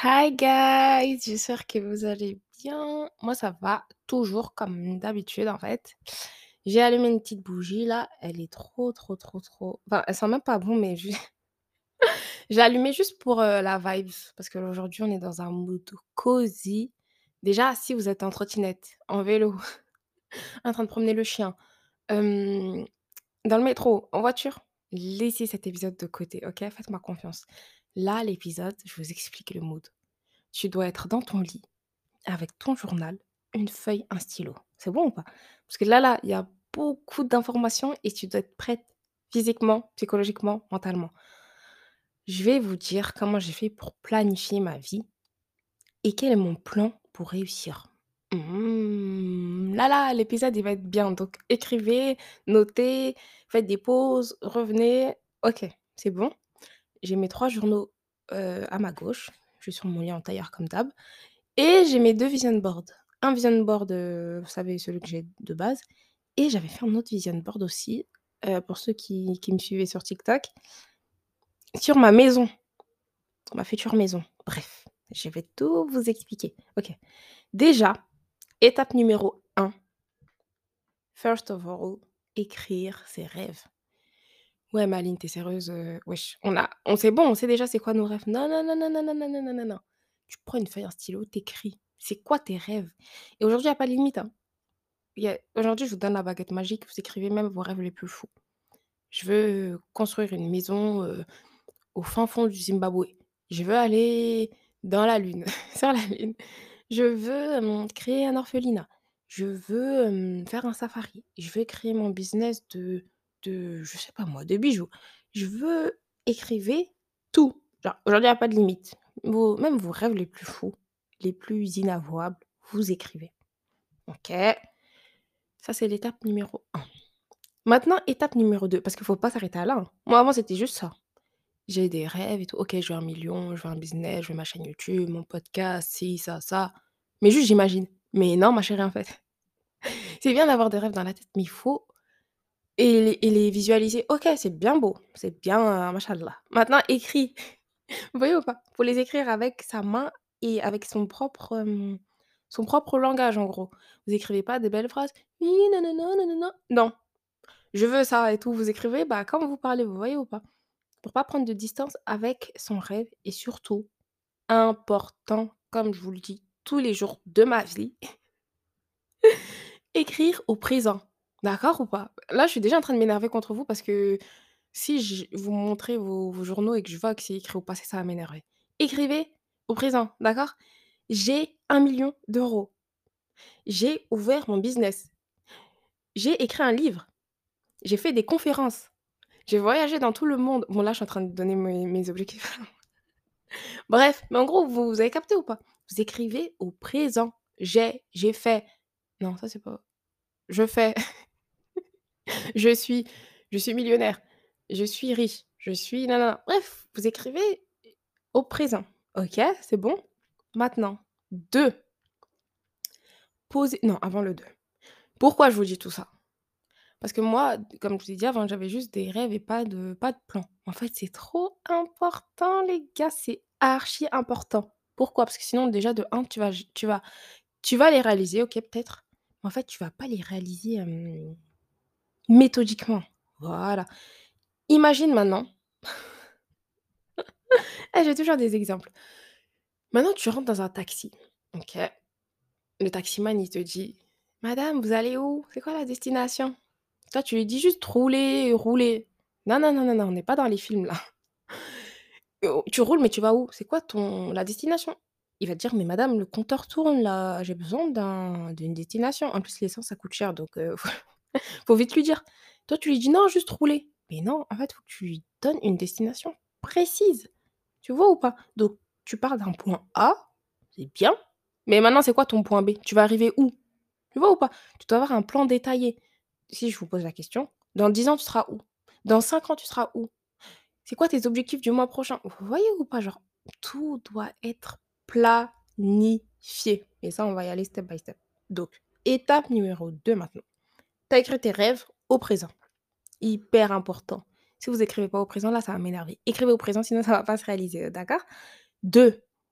Hi guys, j'espère que vous allez bien. Moi, ça va toujours comme d'habitude en fait. J'ai allumé une petite bougie là, elle est trop, trop, trop, trop. Enfin, elle sent même pas bon, mais j'ai allumé juste pour la vibe parce qu'aujourd'hui on est dans un mood cosy. Déjà, si vous êtes en trottinette, en vélo, en train de promener le chien, euh, dans le métro, en voiture, laissez cet épisode de côté, ok? Faites-moi confiance. Là, l'épisode, je vous explique le mood. Tu dois être dans ton lit avec ton journal, une feuille, un stylo. C'est bon ou pas? Parce que là, il y a beaucoup d'informations et tu dois être prête physiquement, psychologiquement, mentalement. Je vais vous dire comment j'ai fait pour planifier ma vie et quel est mon plan pour réussir. L'épisode, il va être bien. Donc, écrivez, notez, faites des pauses, revenez. Ok, c'est bon. J'ai mes 3 journaux à ma gauche. Je suis sur mon lit en tailleur comme d'hab. Et j'ai mes 2 vision boards. Un vision board, vous savez, celui que j'ai de base et j'avais fait un autre vision board aussi, pour ceux qui me suivaient sur TikTok, sur ma maison, ma future maison. Bref, je vais tout vous expliquer. OK. Déjà, étape numéro 1, first of all, écrire ses rêves. «Ouais, Maline, tu es sérieuse, wesh, on sait bon, on sait déjà c'est quoi nos rêves». Non, non, non, non, non, non, non, non, non, non, non. Tu prends une feuille, un stylo, tu écris. C'est quoi tes rêves? Et aujourd'hui, il y a pas de limite, hein. Aujourd'hui, je vous donne la baguette magique, vous écrivez même vos rêves les plus fous. Je veux construire une maison, au fin fond du Zimbabwe. Je veux aller dans la lune, sur la lune. Je veux, créer un orphelinat. Je veux, faire un safari. Je veux créer mon business de je sais pas moi, de bijoux. Je veux écrivez tout. Genre, aujourd'hui, il y a pas de limite. Même vos rêves les plus fous, les plus inavouables, vous écrivez. OK? Ça, c'est l'étape numéro 1. Maintenant, étape numéro 2, parce qu'il faut pas s'arrêter à là, hein. Moi, avant, c'était juste ça. J'ai des rêves et tout. OK, je veux 1 000 000, je veux un business, je veux ma chaîne YouTube, mon podcast, ci, ça. Mais juste, j'imagine. Mais non, ma chérie, en fait. C'est bien d'avoir des rêves dans la tête, mais il faut et les visualiser. OK, c'est bien beau, c'est bien, machallah. Maintenant, écrit. Vous voyez ou pas? Faut les écrire avec sa main et avec son propre langage, en gros. Vous écrivez pas des belles phrases: «Oui, nanana, nanana». Non. Je veux ça et tout, vous écrivez, bah, comme vous parlez, vous voyez ou pas? Pour pas prendre de distance avec son rêve et surtout, important, comme je vous le dis tous les jours de ma vie, écrire au présent. D'accord ou pas? Là, je suis déjà en train de m'énerver contre vous parce que si je vous montrez vos journaux et que je vois que c'est écrit au passé, ça va m'énerver. Écrivez au présent, d'accord? J'ai 1 000 000 d'euros. J'ai ouvert mon business. J'ai écrit un livre. J'ai fait des conférences. J'ai voyagé dans tout le monde. Bon, là, je suis en train de donner mes objectifs. Bref, mais en gros, vous avez capté ou pas? Vous écrivez au présent. J'ai fait. Non, ça, c'est pas je fais, je suis, je suis millionnaire, je suis riche, je suis nanana. Bref, vous écrivez au présent. OK, c'est bon? Maintenant, 2, posez non, avant le 2. Pourquoi je vous dis tout ça? Parce que moi, comme je vous ai dit avant, j'avais juste des rêves et pas de plan. En fait, c'est trop important les gars, c'est archi important. Pourquoi? Parce que sinon déjà de un, tu vas les réaliser, OK, peut-être, mais en fait, tu vas pas les réaliser, méthodiquement. Voilà. Imagine maintenant j'ai toujours des exemples. Maintenant, tu rentres dans un taxi, OK? Le taximan, il te dit: «Madame, vous allez où? C'est quoi la destination?» Toi, tu lui dis juste: «Rouler, rouler». Non, non, non, non, non, on n'est pas dans les films là. Tu roules, mais tu vas où? C'est quoi la destination? Il va te dire: «Mais madame, le compteur tourne là, j'ai besoin d'une destination». En plus, l'essence, ça coûte cher, donc faut vite lui dire. Toi, tu lui dis: «Non, juste rouler». Mais non, en fait, faut que tu lui donnes une destination précise. Tu vois ou pas? Donc tu pars d'un point A, c'est bien, mais maintenant, c'est quoi ton point B? Tu vas arriver où? Tu vois ou pas? Tu dois avoir un plan détaillé. Si je vous pose la question, dans 10 ans, tu seras où? Dans 5 ans, tu seras où? C'est quoi tes objectifs du mois prochain? Vous voyez ou pas? Genre, tout doit être planifié et ça, on va y aller step by step. Donc, étape numéro 2 maintenant. Tu as écrit tes rêves au présent. Hyper important. Si vous écrivez pas au présent, là, ça va m'énerver. Écrivez au présent, sinon ça va pas se réaliser, d'accord? 2.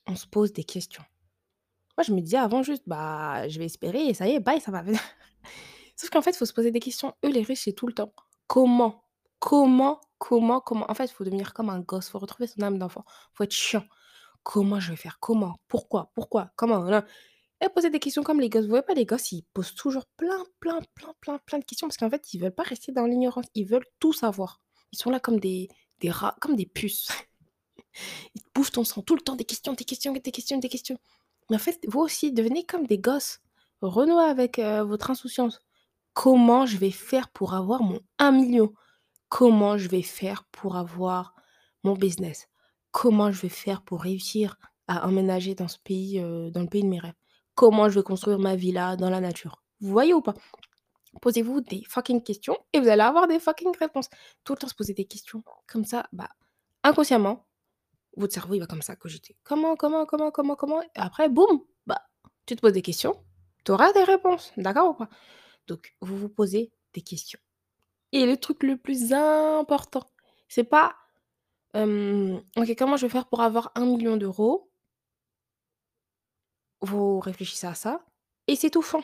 on se pose des questions. Moi, je me disais avant juste: «Bah, je vais espérer et ça y est, bye, ça va venir». Sauf qu'en fait, il faut se poser des questions. Eux, les riches, c'est tout le temps: «Comment? Comment? Comment? Comment?» En fait, il faut devenir comme un gosse, faut retrouver son âme d'enfant, faut être chiant. «Comment je vais faire? Comment? Pourquoi? Pourquoi? Comment? Nan?» Et poser des questions comme les gosses. Vous voyez pas les gosses, ils posent toujours plein, plein, plein, plein, plein de questions parce qu'en fait, ils veulent pas rester dans l'ignorance, ils veulent tout savoir. Ils sont là comme des rats, comme des puces. Ils te bouffent ton sang tout le temps, des questions, des questions, des questions, des questions. Mais en fait, vous aussi, devenez comme des gosses. Renouez avec, votre insouciance. Comment je vais faire pour avoir mon 1 million? Comment je vais faire pour avoir mon business? Comment je vais faire pour réussir à emménager dans ce pays, dans le pays de mes rêves? Comment je vais construire ma villa dans la nature? Vous voyez ou pas? Posez-vous des fucking questions et vous allez avoir des fucking réponses. Tout le temps se poser des questions. Comme ça, bah, inconsciemment, votre cerveau, il va comme ça cogiter. Comment? Et après, boum, bah, tu te poses des questions, tu auras des réponses. D'accord ou pas? Donc, vous vous posez des questions. Et le truc le plus important, c'est pas, «OK, comment je vais faire pour avoir 1 million d'euros?» Vous réfléchissez à ça et c'est tout fond.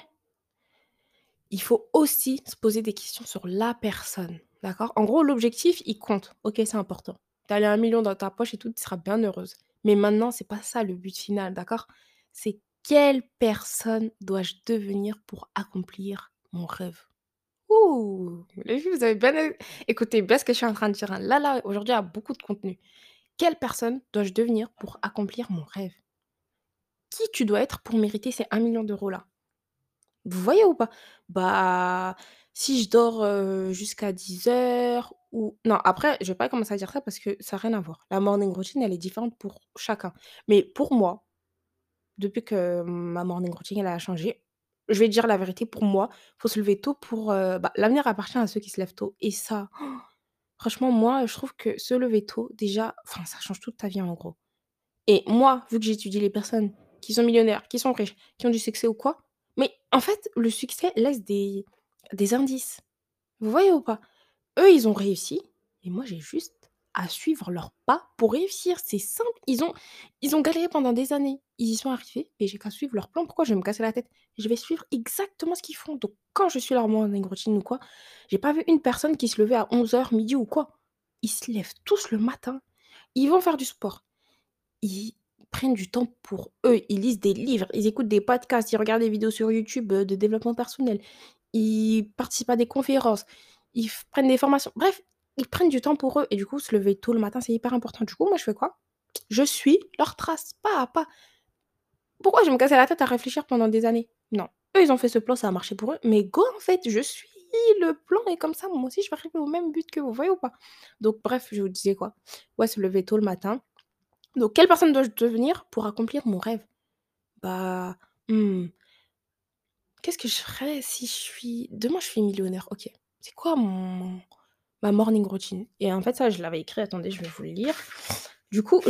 Il faut aussi se poser des questions sur la personne, d'accord? En gros, l'objectif, il compte. OK, c'est important. Tu as les 1 000 000 dans ta poche et tout, tu seras bien heureuse. Mais maintenant, c'est pas ça le but final, d'accord? C'est quelle personne dois-je devenir pour accomplir mon rêve? Ouh! Les filles, vous avez bien écoutez bien ce que je suis en train de dire, hein. Là, aujourd'hui, il y a beaucoup de contenu. Quelle personne dois-je devenir pour accomplir mon rêve? Qui tu dois être pour mériter ces 1 000 000 d'euros là? Vous voyez ou pas? Bah, si je dors, jusqu'à 10 heures ou non, après, je vais pas commencer à dire ça parce que ça a rien à voir. La morning routine, elle est différente pour chacun. Mais pour moi, depuis que ma morning routine, elle a changé, je vais dire la vérité, pour moi, faut se lever tôt pour, bah, l'avenir appartient à ceux qui se lèvent tôt et ça, franchement, moi, je trouve que se lever tôt, déjà, enfin, ça change toute ta vie, en gros. Et moi, vu que j'étudie les personnes qui sont millionnaires, qui sont riches, qui ont du succès ou quoi, mais en fait, le succès laisse des indices. Vous voyez ou pas? Eux, ils ont réussi et moi, j'ai juste à suivre leurs pas pour réussir. C'est simple. Ils ont galéré pendant des années. Ils y sont arrivés et j'ai qu'à suivre leur plan. Pourquoi je vais me casser la tête? Je vais suivre exactement ce qu'ils font. Donc, quand je suis leur morning routine ou quoi, j'ai pas vu une personne qui se levait à 11 heures midi ou quoi. Ils se lèvent tous le matin. Ils vont faire du sport. Ils prennent du temps pour eux, ils lisent des livres, ils écoutent des podcasts, ils regardent des vidéos sur YouTube, de développement personnel, ils participent à des conférences, ils prennent des formations. Bref, ils prennent du temps pour eux et du coup, se lever tôt le matin, c'est hyper important. Du coup, moi, je fais quoi? Je suis leurs traces, pas à pas. Pourquoi je vais me casser la tête à réfléchir pendant des années? Non. Eux, ils ont fait ce plan, ça a marché pour eux, mais go, en fait, je suis le plan et comme ça, moi aussi, je vais arriver au même but que vous, voyez ou pas? Donc bref, je vous disais quoi? Ouais, se lever tôt le matin. Donc quelle personne dois-je devenir pour accomplir mon rêve? Bah, mmh, qu'est-ce que je ferais si je suis demain je suis millionnaire, OK. C'est quoi ma morning routine? Et en fait, ça, je l'avais écrit, attendez, je vais vous le lire. Du coup,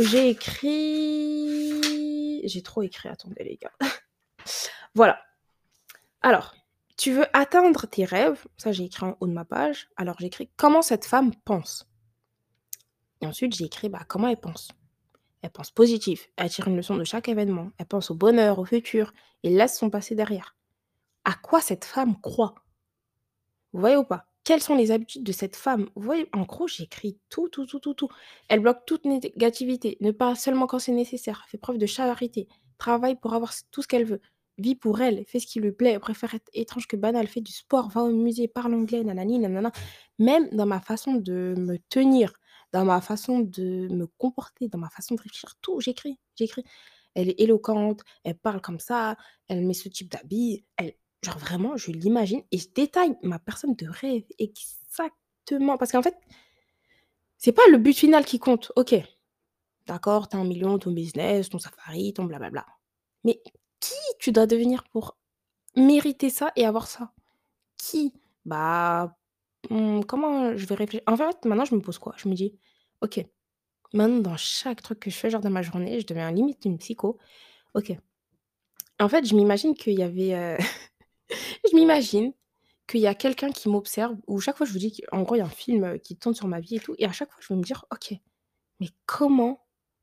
j'ai trop écrit, attendez les gars. Voilà. Alors, tu veux atteindre tes rêves, ça j'ai écrit en haut de ma page. Alors j'ai écrit: «Comment cette femme pense?» et ensuite j'ai écrit: «Bah, comment elle pense?» Elle pense positif, elle tire une leçon de chaque événement, elle pense au bonheur, au futur et laisse son passé derrière. À quoi cette femme croit? Vous voyez ou pas? Quelles sont les habitudes de cette femme? Vous voyez? En gros, j'écris tout, tout, tout, tout, tout. Elle bloque toute négativité, ne parle seulement quand c'est nécessaire, fait preuve de charité, travaille pour avoir tout ce qu'elle veut, vit pour elle, fait ce qui lui plaît, préfère être étrange que banal, fait du sport, va au musée, parle anglais, nanani, nanana. Même dans ma façon de me tenir, dans ma façon de me comporter, dans ma façon de réfléchir, tout, j'écris, j'écris. Elle est éloquente, elle parle comme ça, elle met ce type d'habit, elle genre vraiment, je l'imagine et je détaille ma personne de rêve exactement. Parce qu'en fait, c'est pas le but final qui compte. OK, d'accord, tu as 1 000 000, ton business, ton safari, ton blablabla. Mais qui tu dois devenir pour mériter ça et avoir ça? Qui? Bah, comment je vais réfléchir en fait, maintenant je me pose quoi? Je me dis: «OK, maintenant dans chaque truc que je fais, genre dans ma journée, je deviens limite une psycho. OK». En fait, je m'imagine qu'il y avait, je m'imagine qu'il y a quelqu'un qui m'observe ou chaque fois je vous dis qu'en gros, il y a un film, qui tourne sur ma vie et tout et à chaque fois je vais me dire: «OK, mais comment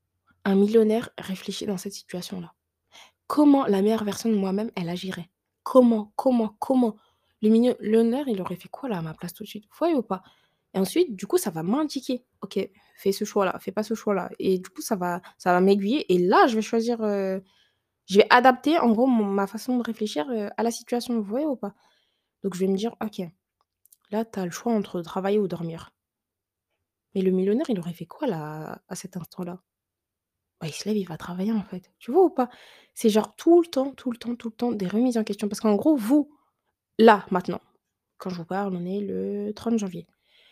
un millionnaire réfléchit dans cette situation-là? Comment la meilleure version de moi-même, elle agirait? Comment? Comment? Comment? Le millionnaire, il aurait fait quoi là à ma place tout de suite? Vous voyez ou pas? Et ensuite, du coup, ça va m'indiquer: «OK, fais ce choix-là, fais pas ce choix-là» et du coup, ça va m'aiguiller et là, je vais choisir, je vais adapter en gros ma façon de réfléchir, à la situation, vous voyez ou pas? Donc je vais me dire: «OK, là, tu as le choix entre travailler ou dormir». Mais le millionnaire, il aurait fait quoi là, à cet instant-là? Bah, il se lève, il va travailler en fait. Tu vois ou pas? C'est genre tout le temps, tout le temps, tout le temps des remises en question parce qu'en gros, vous, là, maintenant, quand je vous parle, on est le 30 janvier.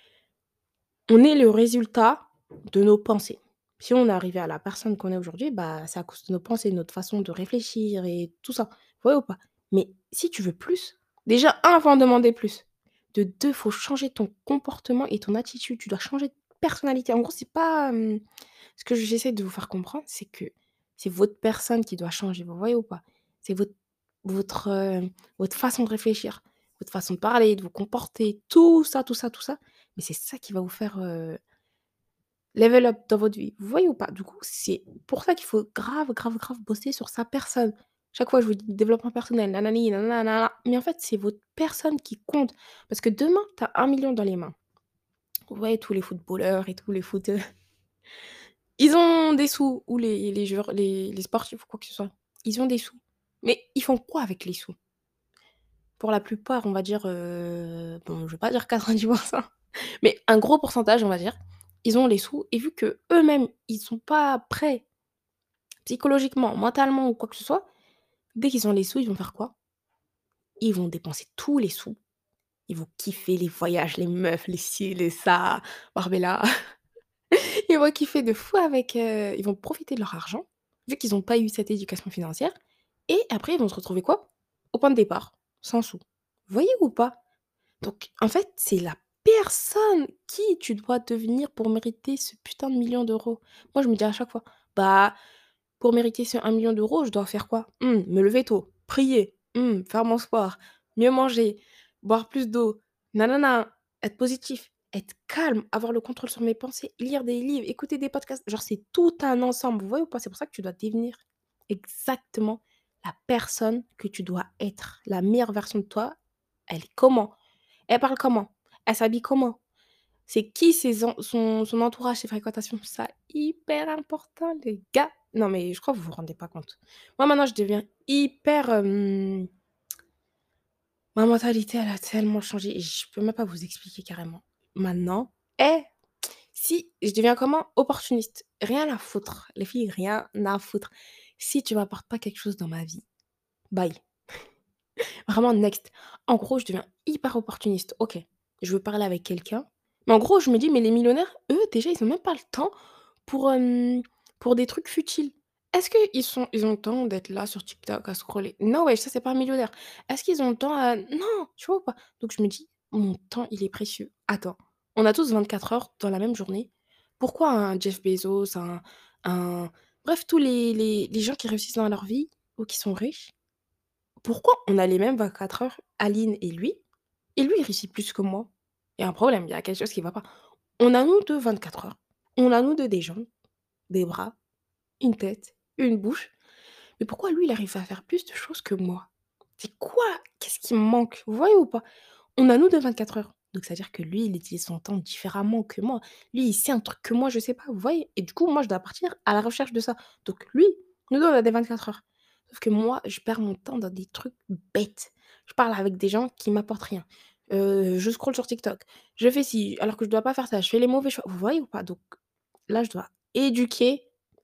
On est le résultat de nos pensées. Si on est arrivé à la personne qu'on est aujourd'hui, bah, c'est à cause de nos pensées, de notre façon de réfléchir et tout ça. Vous voyez ou pas? Mais si tu veux plus, déjà, un, faut en demander plus. De 2, faut changer ton comportement et ton attitude. Tu dois changer de personnalité. En gros, c'est pas, ce que j'essaie de vous faire comprendre, c'est que c'est votre personne qui doit changer. Vous voyez ou pas? C'est votre, votre façon de réfléchir, votre façon de parler, de vous comporter, tout ça, tout ça, tout ça. Mais c'est ça qui va vous faire, level up dans votre vie. Vous voyez ou pas? Du coup, c'est pour ça qu'il faut grave, grave, grave bosser sur sa personne. Chaque fois, je vous dis développement personnel, nanani, nanana, nanana, mais en fait, c'est votre personne qui compte. Parce que demain, tu as 1 000 000 dans les mains. Vous voyez tous les footballeurs et tous les footeux, ils ont des sous ou les joueurs, les sportifs ou quoi que ce soit. Ils ont des sous. Mais ils font quoi avec les sous? Pour la plupart, on va dire, bon, je vais pas dire 90, mais un gros pourcentage, on va dire, ils ont les sous et vu qu'eux-mêmes, ils sont pas prêts psychologiquement, mentalement ou quoi que ce soit, dès qu'ils ont les sous, ils vont faire quoi? Ils vont dépenser tous les sous. Ils vont kiffer les voyages, les meufs, les ci, les ça, Marbella. Ils vont kiffer de fou avec, ils vont profiter de leur argent, vu qu'ils ont pas eu cette éducation financière et après ils vont se retrouver quoi? Au point de départ, sans sous. Vous voyez ou pas? Donc en fait, c'est la personne qui tu dois devenir pour mériter ce putain de million d'euros. Moi, je me dis à chaque fois: «Bah, pour mériter ce 1 000 000 d'euros, je dois faire quoi? Me lever tôt, prier, faire mon sport, mieux manger, boire plus d'eau, nanana, être positif, être calme, avoir le contrôle sur mes pensées, lire des livres, écouter des podcasts». Genre, c'est tout un ensemble, vous voyez ou pas? C'est pour ça que tu dois devenir exactement la personne que tu dois être. La meilleure version de toi, elle est comment? Elle parle comment? Elle s'habille comment? C'est qui son entourage, ses fréquentations? Ça, hyper important, les gars. Non, mais je crois que vous vous rendez pas compte. Moi, maintenant, je deviens hyper, ma mentalité, elle a tellement changé et je peux même pas vous expliquer carrément. Maintenant, eh, si je deviens comment? Opportuniste. Rien à foutre. Les filles, rien à foutre. Si tu m'apportes pas quelque chose dans ma vie, bye. Vraiment next. En gros, je deviens hyper opportuniste. OK, je veux parler avec quelqu'un, mais en gros, je me dis: «Mais les millionnaires, eux, déjà, ils ont même pas le temps pour, pour des trucs futiles. Est-ce qu'ils ont le temps d'être là sur TikTok à scroller? Non, ouais, ça, c'est pas un millionnaire. Est-ce qu'ils ont le temps à non, tu vois ou pas? Donc je me dis: «Mon temps, il est précieux. Attends, on a tous 24 heures dans la même journée. Pourquoi un Jeff Bezos, un bref, tous les gens qui réussissent dans leur vie ou qui sont riches, pourquoi on a les mêmes 24 heures, Aline et lui, il réussit plus que moi? Il y a un problème, il y a quelque chose qui va pas. On a nous 2 24 heures. On a nous 2 des jambes, des bras, une tête, une bouche. Mais pourquoi lui, il arrive à faire plus de choses que moi? C'est quoi? Qu'est-ce qui me manque? Vous voyez ou pas? On a nous 2 24 heures. Donc ça veut dire que lui, il utilise son temps différemment que moi. Lui, il sait un truc que moi, je sais pas, vous voyez? Et du coup, moi, je dois partir à la recherche de ça. Donc lui, nous 2, on a des 24 heures. Sauf que moi, je perds mon temps dans des trucs bêtes. Je parle avec des gens qui m'apportent rien. Je scrolle sur TikTok. Je fais ci, alors que je dois pas faire ça. Je fais les mauvais choix. Vous voyez ou pas? Donc là, je dois éduquer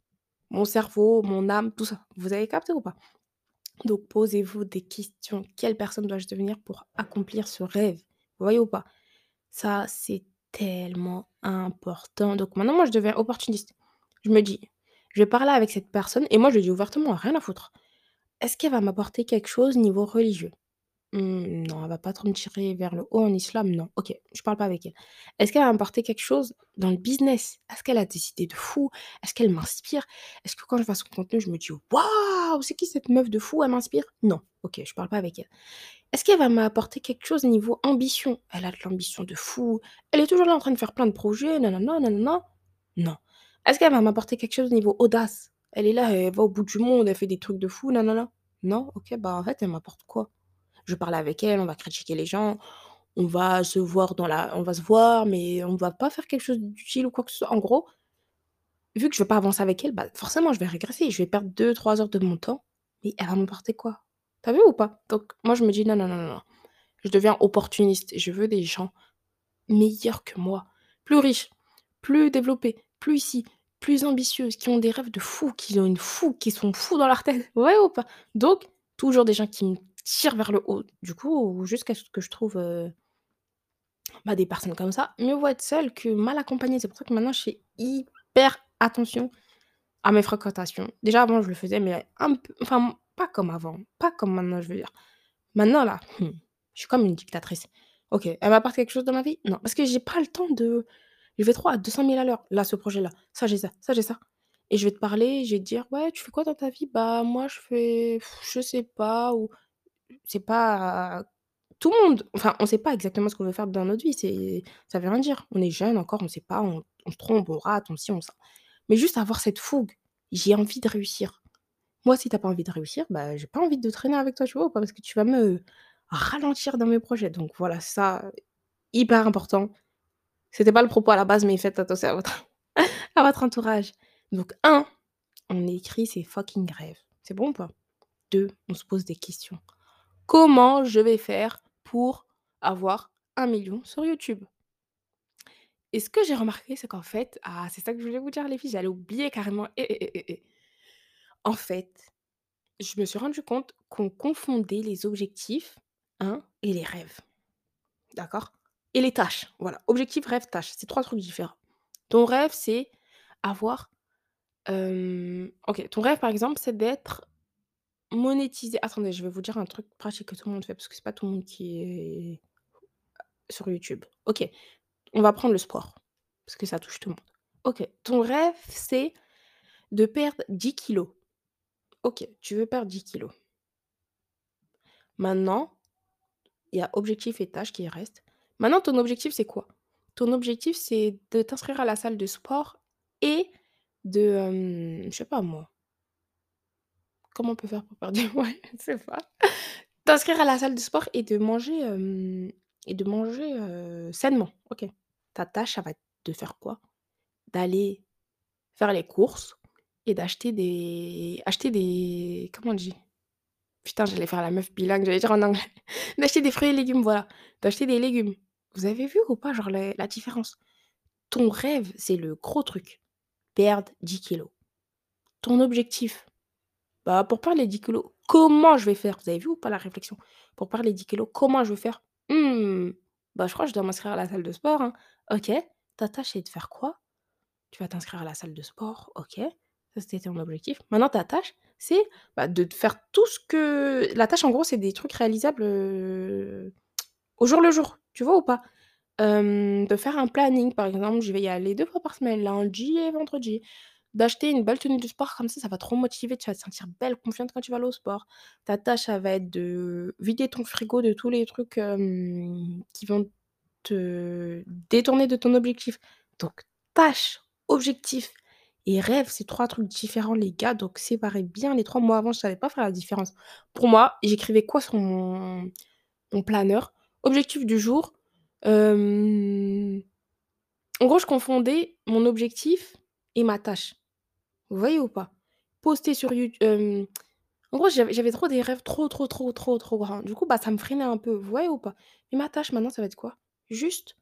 mon cerveau, mon âme, tout ça. Vous avez capté ou pas? Donc posez-vous des questions. Quelle personne dois-je devenir pour accomplir ce rêve? Vous voyez ou pas? Ça, c'est tellement important. Donc maintenant, moi, je deviens opportuniste. Je me dis: «Je vais parler avec cette personne» et moi, je le dis ouvertement, rien à foutre. Est-ce qu'elle va m'apporter quelque chose niveau religieux? Non, elle va pas trop me tirer vers le haut en islam, non. OK, je parle pas avec elle. Est-ce qu'elle va m'apporter quelque chose dans le business? Est-ce qu'elle a des idées de fou? Est-ce qu'elle m'inspire? Est-ce que quand je vois son contenu, je me dis: «Waouh, c'est qui cette meuf de fou, elle m'inspire?» Non, OK, je parle pas avec elle. Est-ce qu'elle va m'apporter quelque chose niveau ambition? Elle a de l'ambition de fou, elle est toujours là en train de faire plein de projets, nanana, nanana. Non. Est-ce qu'elle va m'apporter quelque chose au niveau audace? Elle est là, elle va au bout du monde, elle fait des trucs de fou, nanana. Non? OK, bah, en fait, elle m'apporte quoi? Je parle avec elle, on va critiquer les gens, on va se voir, mais on va pas faire quelque chose d'utile ou quoi que ce soit. En gros, vu que je vais pas avancer avec elle, bah, forcément, je vais régresser. Je vais perdre 2, 3 heures de mon temps, mais elle va m'apporter quoi? Tu as vu ou pas? Donc moi, je me dis: «Non, non, non, non, non». Je deviens opportuniste et je veux des gens meilleurs que moi, plus riches, plus développés, plus ici, plus ambitieuses, qui ont des rêves de fou, qui sont fous dans leur tête. Ouais ou pas? Donc toujours des gens qui me tirent vers le haut. Du coup, jusqu'à ce que je trouve, bah, des personnes comme ça, mieux vaut être seule que mal accompagnée. C'est pour ça que maintenant je fais hyper attention à mes fréquentations. Déjà avant je le faisais, mais un peu enfin pas comme avant, pas comme maintenant je veux dire. Maintenant là, je suis comme une dictatrice. OK, elle m'apporte quelque chose dans ma vie? Non, parce que j'ai pas le temps de je vais trop à 200 000 à l'heure. Là, ce projet-là, ça j'ai ça et je vais te parler, je vais te dire: «Ouais, tu fais quoi dans ta vie?» «Bah moi je fais je sais pas» ou c'est pas tout le monde enfin, on sait pas exactement ce qu'on veut faire dans notre vie, ça veut rien dire. On est jeune encore, on sait pas, on se trompe, on rate, on ci, on ça. Mais juste avoir cette fougue, j'ai envie de réussir. Moi, si tu as pas envie de réussir, bah, j'ai pas envie de traîner avec toi, tu vois ou pas? Parce que tu vas me ralentir dans mes projets. Donc voilà, ça, hyper important. C'était pas le propos à la base, mais faites attention à votre à votre entourage. Donc un, on écrit ses fucking rêves. C'est bon ou pas? 2, on se pose des questions. Comment je vais faire pour avoir 1 million sur YouTube? Et ce que j'ai remarqué, c'est qu'en fait c'est ça que je voulais vous dire les filles, j'allais oublier carrément. En fait, je me suis rendu compte qu'on confondait les objectifs, hein, et les rêves, d'accord? Et les tâches, voilà. Objectif, rêve, tâche, c'est 3 trucs différents. Ton rêve, c'est avoir, OK, ton rêve, par exemple, c'est d'être monétisé attendez, je vais vous dire un truc pratique que tout le monde fait, parce que c'est pas tout le monde qui est sur YouTube. OK, on va prendre le sport, parce que ça touche tout le monde. OK, ton rêve, c'est de perdre 10 kilos. OK, tu veux perdre 10 kilos. Maintenant, il y a objectif et tâche qui restent. Maintenant, ton objectif, c'est quoi? Ton objectif, c'est de t'inscrire à la salle de sport et de, je sais pas moi, comment on peut faire pour perdre du ouais, je sais pas. T'inscrire à la salle de sport et de manger, sainement. OK. Ta tâche, ça va être de faire quoi? D'aller faire les courses et acheter des comment on dit? Putain, j'allais faire la meuf bilingue, j'allais dire en anglais. D'acheter des fruits et légumes, voilà. D'acheter des légumes. Vous avez vu ou pas, genre, la différence? Ton rêve, c'est le gros truc, perdre 10 kilos. Ton objectif, bah, pour perdre les 10 kilos, comment je vais faire? Vous avez vu ou pas la réflexion? Pour perdre les 10 kilos, comment je vais faire? Mmh, bah, je crois que je dois m'inscrire à la salle de sport, hein. OK, ta tâche, c'est de faire quoi? Tu vas t'inscrire à la salle de sport, OK. Ça, c'était ton objectif. Maintenant ta tâche, c'est, bah, de te faire tout ce que la tâche, en gros, c'est des trucs réalisables, au jour le jour, tu vois ou pas? De faire un planning, par exemple, je vais y aller 2 fois par semaine, lundi et vendredi. D'acheter une belle tenue de sport, comme ça va trop motiver, tu vas te sentir belle, confiante quand tu vas aller au sport. Ta tâche, ça va être de vider ton frigo de tous les trucs, qui vont te détourner de ton objectif. Donc tâche, objectif et rêve, c'est 3 trucs différents les gars, donc séparez bien les 3. Moi avant, je savais pas faire la différence. Pour moi, j'écrivais quoi sur mon planeur? Objectif du jour, hem, en gros, je confondais mon objectif et ma tâche. Vous voyez ou pas? Poster sur en gros, j'avais trop des rêves trop grands. Du coup, bah, ça me freinait un peu, vous voyez ou pas? Et ma tâche maintenant, ça va être quoi? Juste,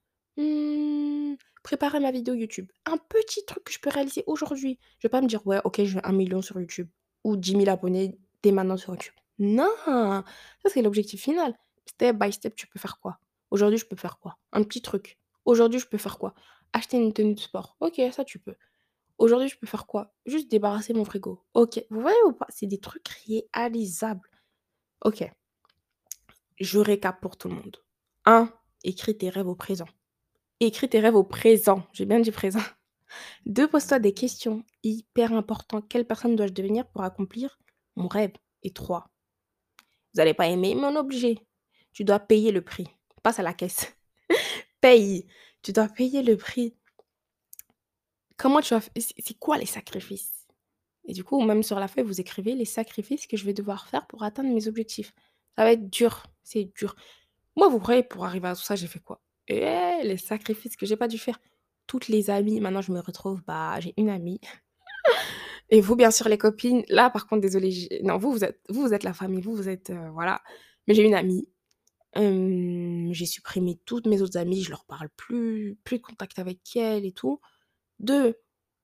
préparer ma vidéo YouTube. Un petit truc que je peux réaliser aujourd'hui. Je vais pas me dire: «Ouais, OK, je veux 1 million sur YouTube ou 10 000 abonnés dès maintenant sur YouTube». Non! Ça, c'est l'objectif final. Step by step, tu peux faire quoi? Aujourd'hui, je peux faire quoi? Un petit truc. Aujourd'hui, je peux faire quoi? Acheter une tenue de sport. OK, ça, tu peux. Aujourd'hui, je peux faire quoi? Juste débarrasser mon frigo. OK. Vous voyez ou pas? C'est des trucs réalisables. OK, je récap pour tout le monde. Un, écris tes rêves au présent. Écris tes rêves au présent, j'ai bien dit présent. 2, pose-toi des questions hyper importantes. Quelle personne dois-je devenir pour accomplir mon rêve? Et 3, vous allez pas aimer, mais on est obligé. Tu dois payer le prix. Passe à la caisse. Paye. Tu dois payer le prix. Comment tu vas f c'est quoi les sacrifices? Et du coup, même sur la feuille, vous écrivez les sacrifices que je vais devoir faire pour atteindre mes objectifs. Ça va être dur, c'est dur. Moi, vous croyez pour arriver à tout ça, j'ai fait quoi? Eh, les sacrifices que j'ai pas dû faire. Toutes les amies, maintenant je me retrouve, bah, j'ai une amie et vous, bien sûr, les copines. Là, par contre, désolée, j'ai non, vous êtes la famille, vous êtes, voilà. Mais j'ai une amie, j'ai supprimé toutes mes autres amies, je leur parle plus de contact avec elles et tout. 2,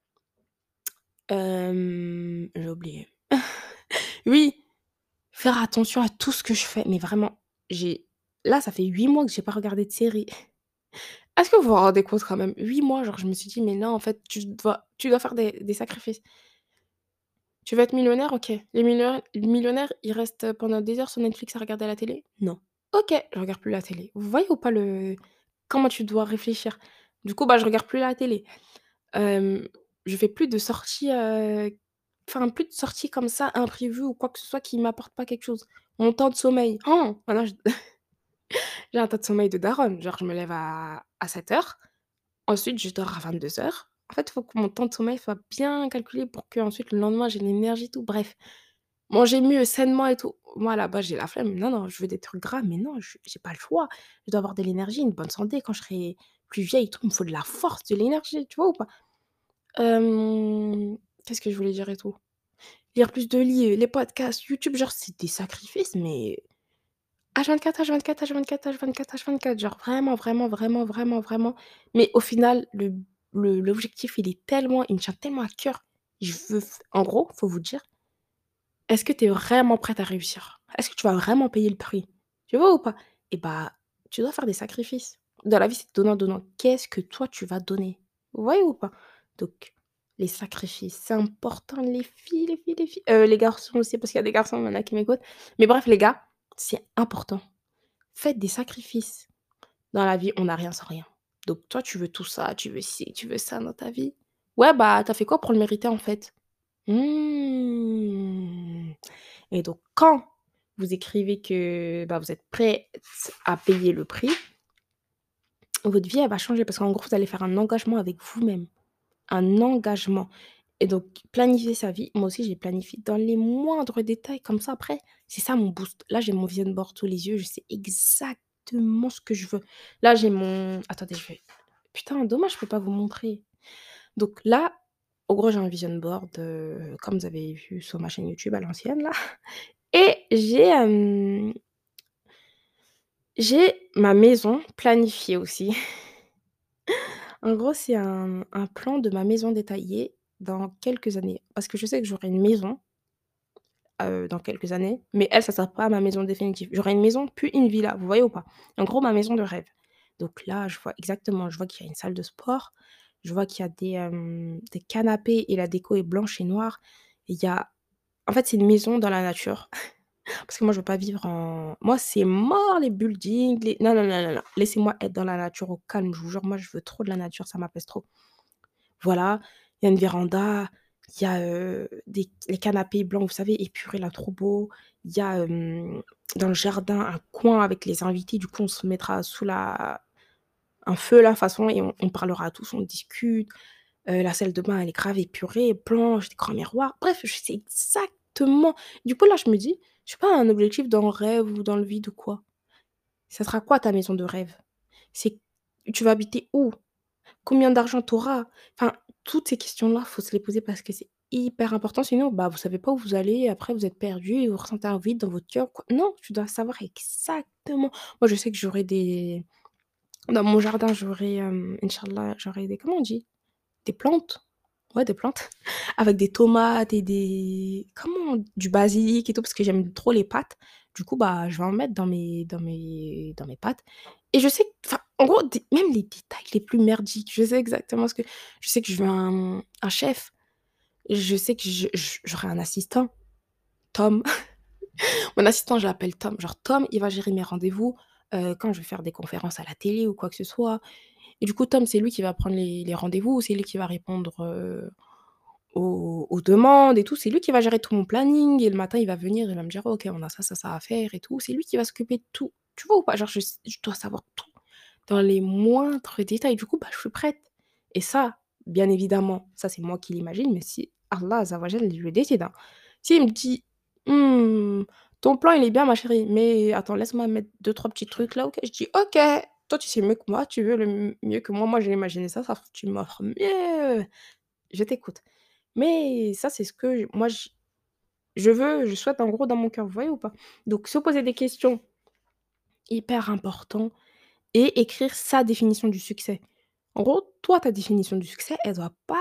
j'ai oublié. Oui, faire attention à tout ce que je fais, mais vraiment, j'ai là, ça fait 8 mois que j'ai pas regardé de série. Est-ce que vous vous rendez compte quand même? 8 mois, genre, je me suis dit: «Mais non, en fait, tu dois faire des sacrifices. Tu veux être millionnaire? OK. Les millionnaires, ils restent, pendant des heures sur Netflix à regarder la télé? Non. OK, je regarde plus la télé. Vous voyez ou pas le comment tu dois réfléchir? Du coup, bah, je regarde plus la télé. Hem, je fais plus de sorties, enfin, plus de sorties comme ça imprévues ou quoi que ce soit qui m'apporte pas quelque chose. Mon temps de sommeil, maintenant j'ai un temps de sommeil de daronne. Genre, je me lève à 7 heures. Ensuite, je dors à 22 heures. En fait, il faut que mon temps de sommeil soit bien calculé pour qu'ensuite le lendemain j'ai l'énergie et tout. Bref, manger mieux, sainement et tout. Moi, à la base, j'ai la flemme. Non, non, je veux des trucs gras, mais non, j'ai pas le choix. Je dois avoir de l'énergie, une bonne santé. Quand je serai plus vieille et tout, il me faut de la force, de l'énergie, tu vois ou pas? Qu'est-ce que je voulais dire et tout? Lire plus de livres, les podcasts, YouTube, genre, c'est des sacrifices, mais H24, H24, H24, H24, H24, genre vraiment, vraiment, vraiment, vraiment, vraiment. Mais au final, l'objectif, il me tient tellement à cœur. Je veux f En gros, faut vous dire, est-ce que tu es vraiment prête à réussir? Est-ce que tu vas vraiment payer le prix? Tu vois ou pas? Et bah, tu dois faire des sacrifices. Dans la vie, c'est donnant-donnant. Qu'est-ce que toi, tu vas donner? Vous voyez ou pas? Donc, les sacrifices, c'est important, les filles, les filles, les filles, les garçons aussi, parce qu'il y a des garçons, il y en a qui m'écoutent. Mais bref, les gars, c'est important. Faites des sacrifices. Dans la vie, on n'a rien sans rien. Donc toi, tu veux tout ça, tu veux ci, tu veux ça dans ta vie. Ouais, bah, tu as fait quoi pour le mériter, en fait? Mmh. Et donc quand vous écrivez que, bah, vous êtes prête à payer le prix, votre vie, elle va changer parce qu'en gros, vous allez faire un engagement avec vous-même. Un engagement et donc planifier sa vie, moi aussi, j'ai planifié dans les moindres détails comme ça après, c'est ça mon boost. Là, j'ai mon vision board sous les yeux, je sais exactement ce que je veux. Là, j'ai mon attendez, je vais putain, dommage, je peux pas vous montrer. Donc là, en gros, j'ai un vision board, comme vous avez vu sur ma chaîne YouTube à l'ancienne là et j'ai ma maison planifiée aussi. En gros, c'est un plan de ma maison détaillée dans quelques années. Parce que je sais que j'aurai une maison, dans quelques années, mais elle, ça sera pas ma maison définitive. J'aurai une maison, puis une villa, vous voyez ou pas? En gros, ma maison de rêve. Donc là, je vois exactement, je vois qu'il y a une salle de sport, je vois qu'il y a des canapés et la déco est blanche et noire. Il y a En fait, c'est une maison dans la nature. Parce que moi, je veux pas vivre en moi, c'est mort les buildings, les non, non, non, non, non. Laissez-moi être dans la nature au calme, je vous jure, moi, je veux trop de la nature, ça m'apaise trop. Voilà, il y a une véranda, il y a, des les canapés blancs, vous savez, épurés là, trop beau. Il y a, dans le jardin, un coin avec les invités, du coup, on se mettra sous la un feu là, de toute façon et on parlera tous, on discute. La salle de bain, elle est grave épurée, blanche, des grands miroirs. Bref, je sais exactement du coup, là, je me dis: «Je sais pas, un objectif dans le rêve ou dans le vide ou quoi?» Ça sera quoi ta maison de rêve? C'est Tu vas habiter où? Combien d'argent tu auras? Enfin, toutes ces questions-là, faut se les poser parce que c'est hyper important. Sinon, bah, vous savez pas où vous allez et après vous êtes perdu et vous ressentez un vide dans votre cœur, quoi. Non, tu dois savoir exactement. Moi, je sais que j'aurai des dans mon jardin, j'aurai, inch'Allah, j'aurai des comment on dit? Des plantes. Ouais, des plantes avec des tomates et du basilic et tout parce que j'aime trop les pâtes. Du coup, bah, je vais en mettre dans mes pâtes et je sais enfin, en gros, même les détails les plus merdiques, je sais exactement ce que je sais que je veux un chef, je sais que j'aurai un assistant, Tom. Mon assistant, je l'appelle Tom. Genre Tom, il va gérer mes rendez-vous, quand je vais faire des conférences à la télé ou quoi que ce soit et du coup, Tom, c'est lui qui va prendre les rendez-vous, c'est lui qui va répondre, aux demandes et tout. C'est lui qui va gérer tout mon planning et le matin, il va venir, il va me dire: «OK, on a ça, ça, ça à faire et tout». C'est lui qui va s'occuper de tout. Tu vois ou pas? Genre je dois savoir tout dans les moindres détails. Du coup, bah, je suis prête et ça, bien évidemment, ça c'est moi qui l'imagine, mais si Allah Azza wa Jal le décide, hein. S'il me dit: «Mmh, ton plan il est bien ma chérie, mais attends laisse-moi mettre deux trois petits trucs là, OK?» Je dis: «OK, toi tu sais mieux que moi, tu veux le mieux que moi j'ai imaginé ça, tu m'offres mieux, je t'écoute». Mais ça c'est ce que moi je souhaite en gros dans mon cœur, vous voyez ou pas? Donc se poser des questions hyper important et écrire sa définition du succès. En gros, toi, ta définition du succès, elle doit pas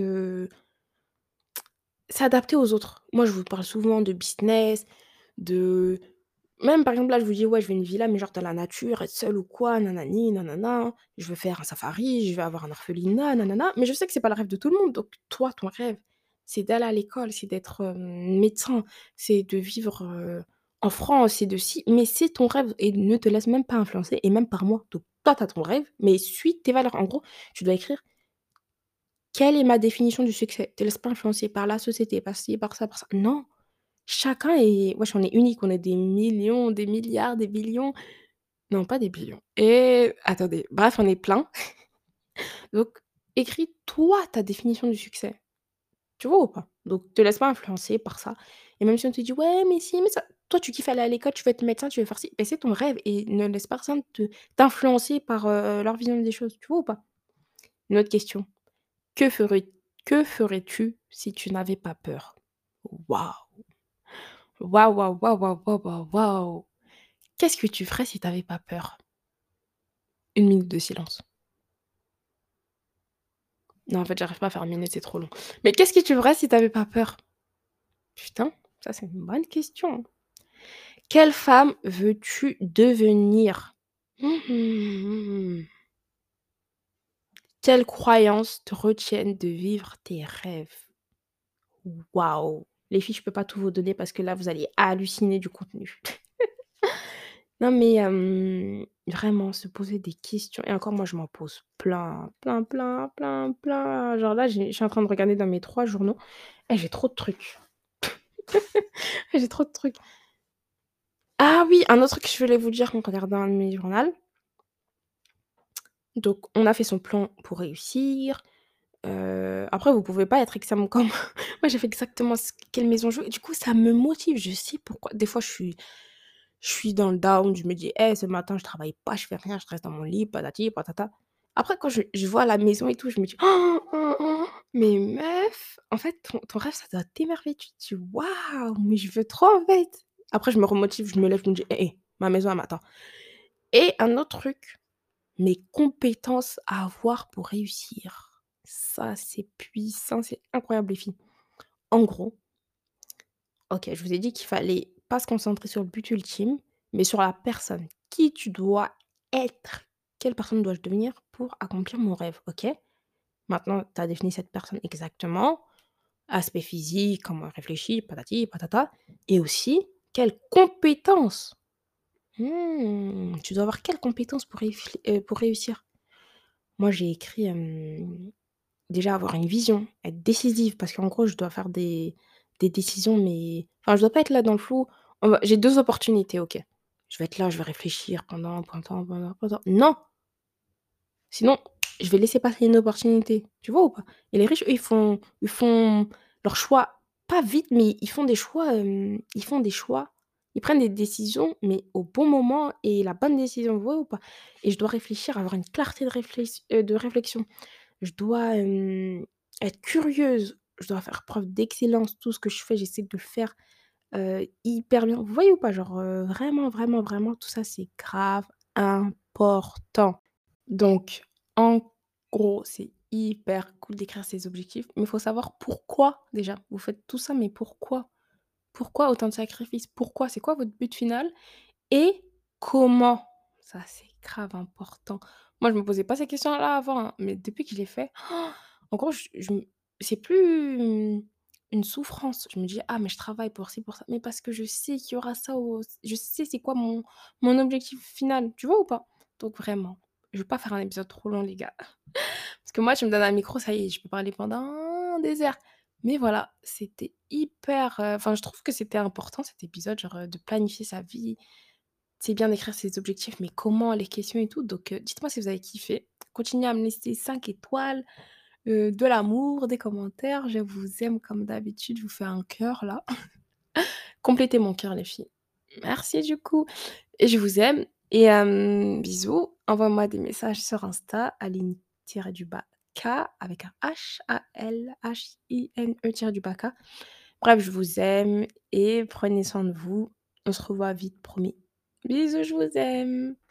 s'adapter aux autres. Moi, je vous parle souvent de business, de même par exemple, là, je vous dis: «Ouais, je veux une villa, mais genre dans la nature, être seule ou quoi, nanani, nanana. Je veux faire un safari, je veux avoir un orphelinat, nanana». Mais je sais que c'est pas le rêve de tout le monde. Donc toi, ton rêve, c'est d'aller à l'école, c'est d'être, médecin, c'est de vivre, en France, c'est de si mais c'est ton rêve et ne te laisse même pas influencer et même par moi. Donc toi, tu as ton rêve, mais suis tes valeurs. En gros, tu dois écrire: «Quelle est ma définition du succès?» Te laisse pas influencer par la société, par ci, par ça, par ça. Non! Chacun est wesh, on est unique, on est des millions, des milliards, des billions. Non, pas des billions et attendez, bref, on est plein. Donc écris toi ta définition du succès. Tu vois ou pas? Donc te laisse pas influencer par ça et même si on te dit: «Ouais, mais si, mais ça» toi tu kiffes aller à l'école, tu veux être médecin, tu veux faire ci, beh, c'est ton rêve et ne laisse personne t'influencer par, leur vision des choses. Tu vois ou pas? Une autre question, que ferais que ferais-tu si tu n'avais pas peur? Waouh! Waouh, waouh, waouh, waouh, waouh, waouh, waouh! Qu'est-ce que tu ferais si tu avais pas peur? Une minute de silence. Non, en fait, j'arrive pas à faire une minute, c'est trop long. Mais qu'est-ce que tu ferais si tu avais pas peur? Putain, ça c'est une bonne question. Quelle femme veux-tu devenir? Mmh. Quelles croyances te retiennent de vivre tes rêves? Waouh! Les filles, je peux pas tout vous donner parce que là, vous allez halluciner du contenu. Non mais vraiment se poser des questions et encore moi je m'en pose plein, plein, plein, plein, plein. Genre là, je suis en train de regarder dans mes 3 journaux et j'ai trop de trucs. J'ai trop de trucs. Ah oui, un autre truc que je voulais vous dire en regardant mes journal. Donc on a fait son plan pour réussir, après vous pouvez pas être extrêmement comme moi j'ai fait exactement quelle maison je veux et du coup ça me motive, je sais pourquoi. Des fois je suis dans le down, je me dis: «Hey, ce matin je travaille pas, je fais rien, je reste dans mon lit, patati patata». Après quand je vois la maison et tout, je me dis: «Oh, oh, oh, mais meuf, en fait ton rêve ça doit t'émerveiller». Tu te dis: «Waouh, mais je veux trop en fait». Après je me remotive, je me lève, je me dis: «Hé, hé, ma maison elle m'attend». Et un autre truc, mes compétences à avoir pour réussir. Ça c'est puissant, c'est incroyable les filles. En gros, OK, je vous ai dit qu'il fallait pas se concentrer sur le but ultime, mais sur la personne. Qui tu dois être? Quelle personne dois-je devenir pour accomplir mon rêve? OK. Maintenant, tu as défini cette personne exactement. Aspect physique, comment elle réfléchit, patati patata. Et aussi, quelles compétences? Tu dois avoir quelles compétences pour réussir? Moi, j'ai écrit, déjà avoir une vision, être décisive parce qu'en gros, je dois faire des décisions, mais enfin, je dois pas être là dans le flou. J'ai 2 opportunités, OK. Je vais être là, je vais réfléchir pendant. Non! Sinon, je vais laisser passer une opportunité, tu vois ou pas? Et les riches, eux, ils font leurs choix pas vite, mais ils font des choix, ils prennent des décisions, mais au bon moment et la bonne décision, vous voyez ou pas? Et je dois réfléchir, avoir une clarté de réflexion. Je dois, être curieuse, je dois faire preuve d'excellence. Tout ce que je fais, j'essaie de le faire, hyper bien. Vous voyez ou pas? Genre, vraiment, vraiment, vraiment, tout ça, c'est grave important. Donc en gros, c'est hyper cool d'écrire ses objectifs, mais il faut savoir pourquoi déjà. Vous faites tout ça, mais pourquoi? Pourquoi autant de sacrifices? Pourquoi? C'est quoi votre but final? Et comment? Ça, c'est grave important. Moi, je me posais pas ces questions-là avant, hein, mais depuis que je l'ai fait, en gros, je me c'est plus, une souffrance. Je me dis: «Ah mais je travaille pour ci, pour ça», mais parce que je sais qu'il y aura ça au je sais c'est quoi mon objectif final, tu vois ou pas? Donc vraiment, je vais pas faire un épisode trop long les gars, parce que moi, tu me donnes un micro, ça y est, je peux parler pendant des heures. Mais voilà, c'était hyper, enfin je trouve que c'était important cet épisode, genre, de planifier sa vie, c'est bien d'écrire ses objectifs, mais comment, les questions et tout. Donc, dites-moi si vous avez kiffé. Continuez à me laisser 5 étoiles, de l'amour, des commentaires. Je vous aime comme d'habitude, je vous fais un cœur là. Complétez mon cœur les filles. Merci du coup et je vous aime et bisous. Envoie-moi des messages sur Insta, Aline-du-bas K avec un H, A-L-H-I-N-E-du-bas K. Bref, je vous aime et prenez soin de vous. On se revoit vite, promis. Bisous, je vous aime.